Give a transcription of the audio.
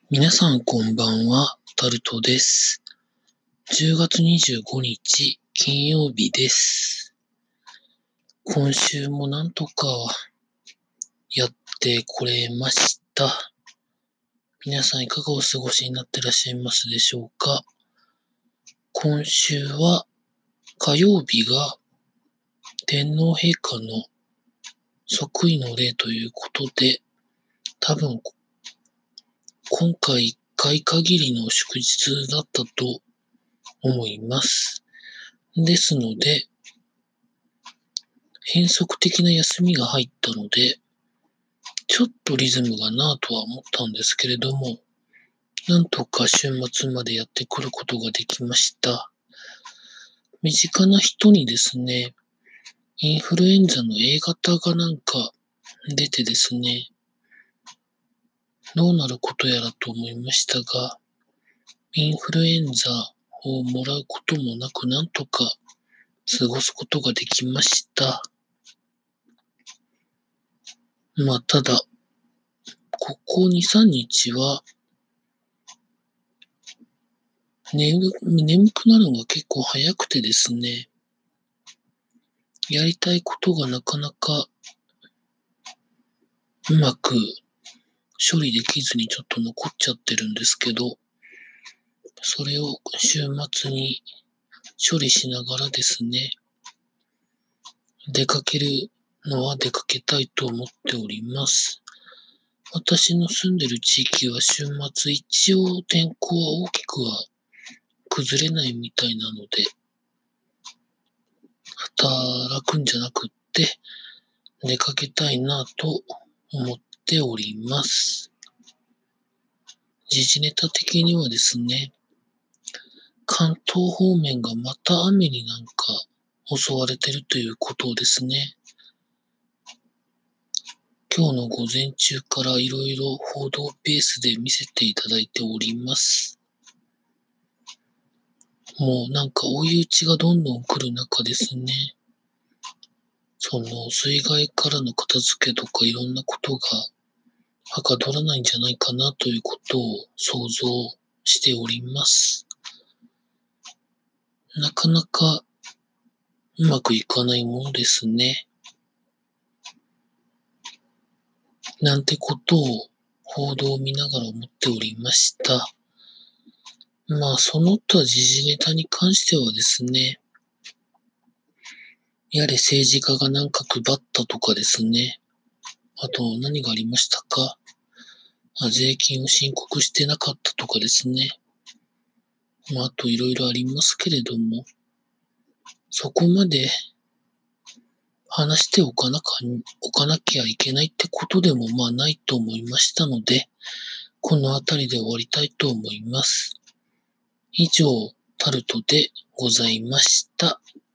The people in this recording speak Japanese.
皆さんこんばんは、タルトです。10月25日、金曜日です。今週もなんとかやってこれました。皆さんいかがお過ごしになってらっしゃいますでしょうか。今週は火曜日が天皇陛下の即位の礼ということで、多分今回1回限りの祝日だったと思います。ですので、変則的な休みが入ったので、ちょっとリズムがなぁとは思ったんですけれども、なんとか週末までやってくることができました。身近な人にですね、インフルエンザの A 型がなんか出てですね、どうなることやらと思いましたが、インフルエンザをもらうこともなくなんとか過ごすことができました。ただ、ここ2、3日は眠くなるのが結構早くてですね、やりたいことがなかなかうまく処理できずにちょっと残っちゃってるんですけど、それを週末に処理しながらですね、出かけるのは出かけたいと思っております。私の住んでる地域は週末一応天候は大きくは崩れないみたいなので、働くんじゃなくって出かけたいなと思っております。時事ネタ的にはですね、関東方面がまた雨になんか襲われてるということをですね、今日の午前中からいろいろ報道ベースで見せていただいております。もうなんか追い打ちがどんどん来る中ですね、その水害からの片付けとかいろんなことがはかどらないんじゃないかなということを想像しております。なかなかうまくいかないものですね。なんてことを報道を見ながら思っておりました。その他時事ネタに関してはですね、やれ政治家がなんか配ったとかですね、あと何がありましたか、税金を申告してなかったとかですね、あといろいろありますけれども、そこまで話しておかなきゃいけないってことでもないと思いましたので、このあたりで終わりたいと思います。以上、タルトでございました。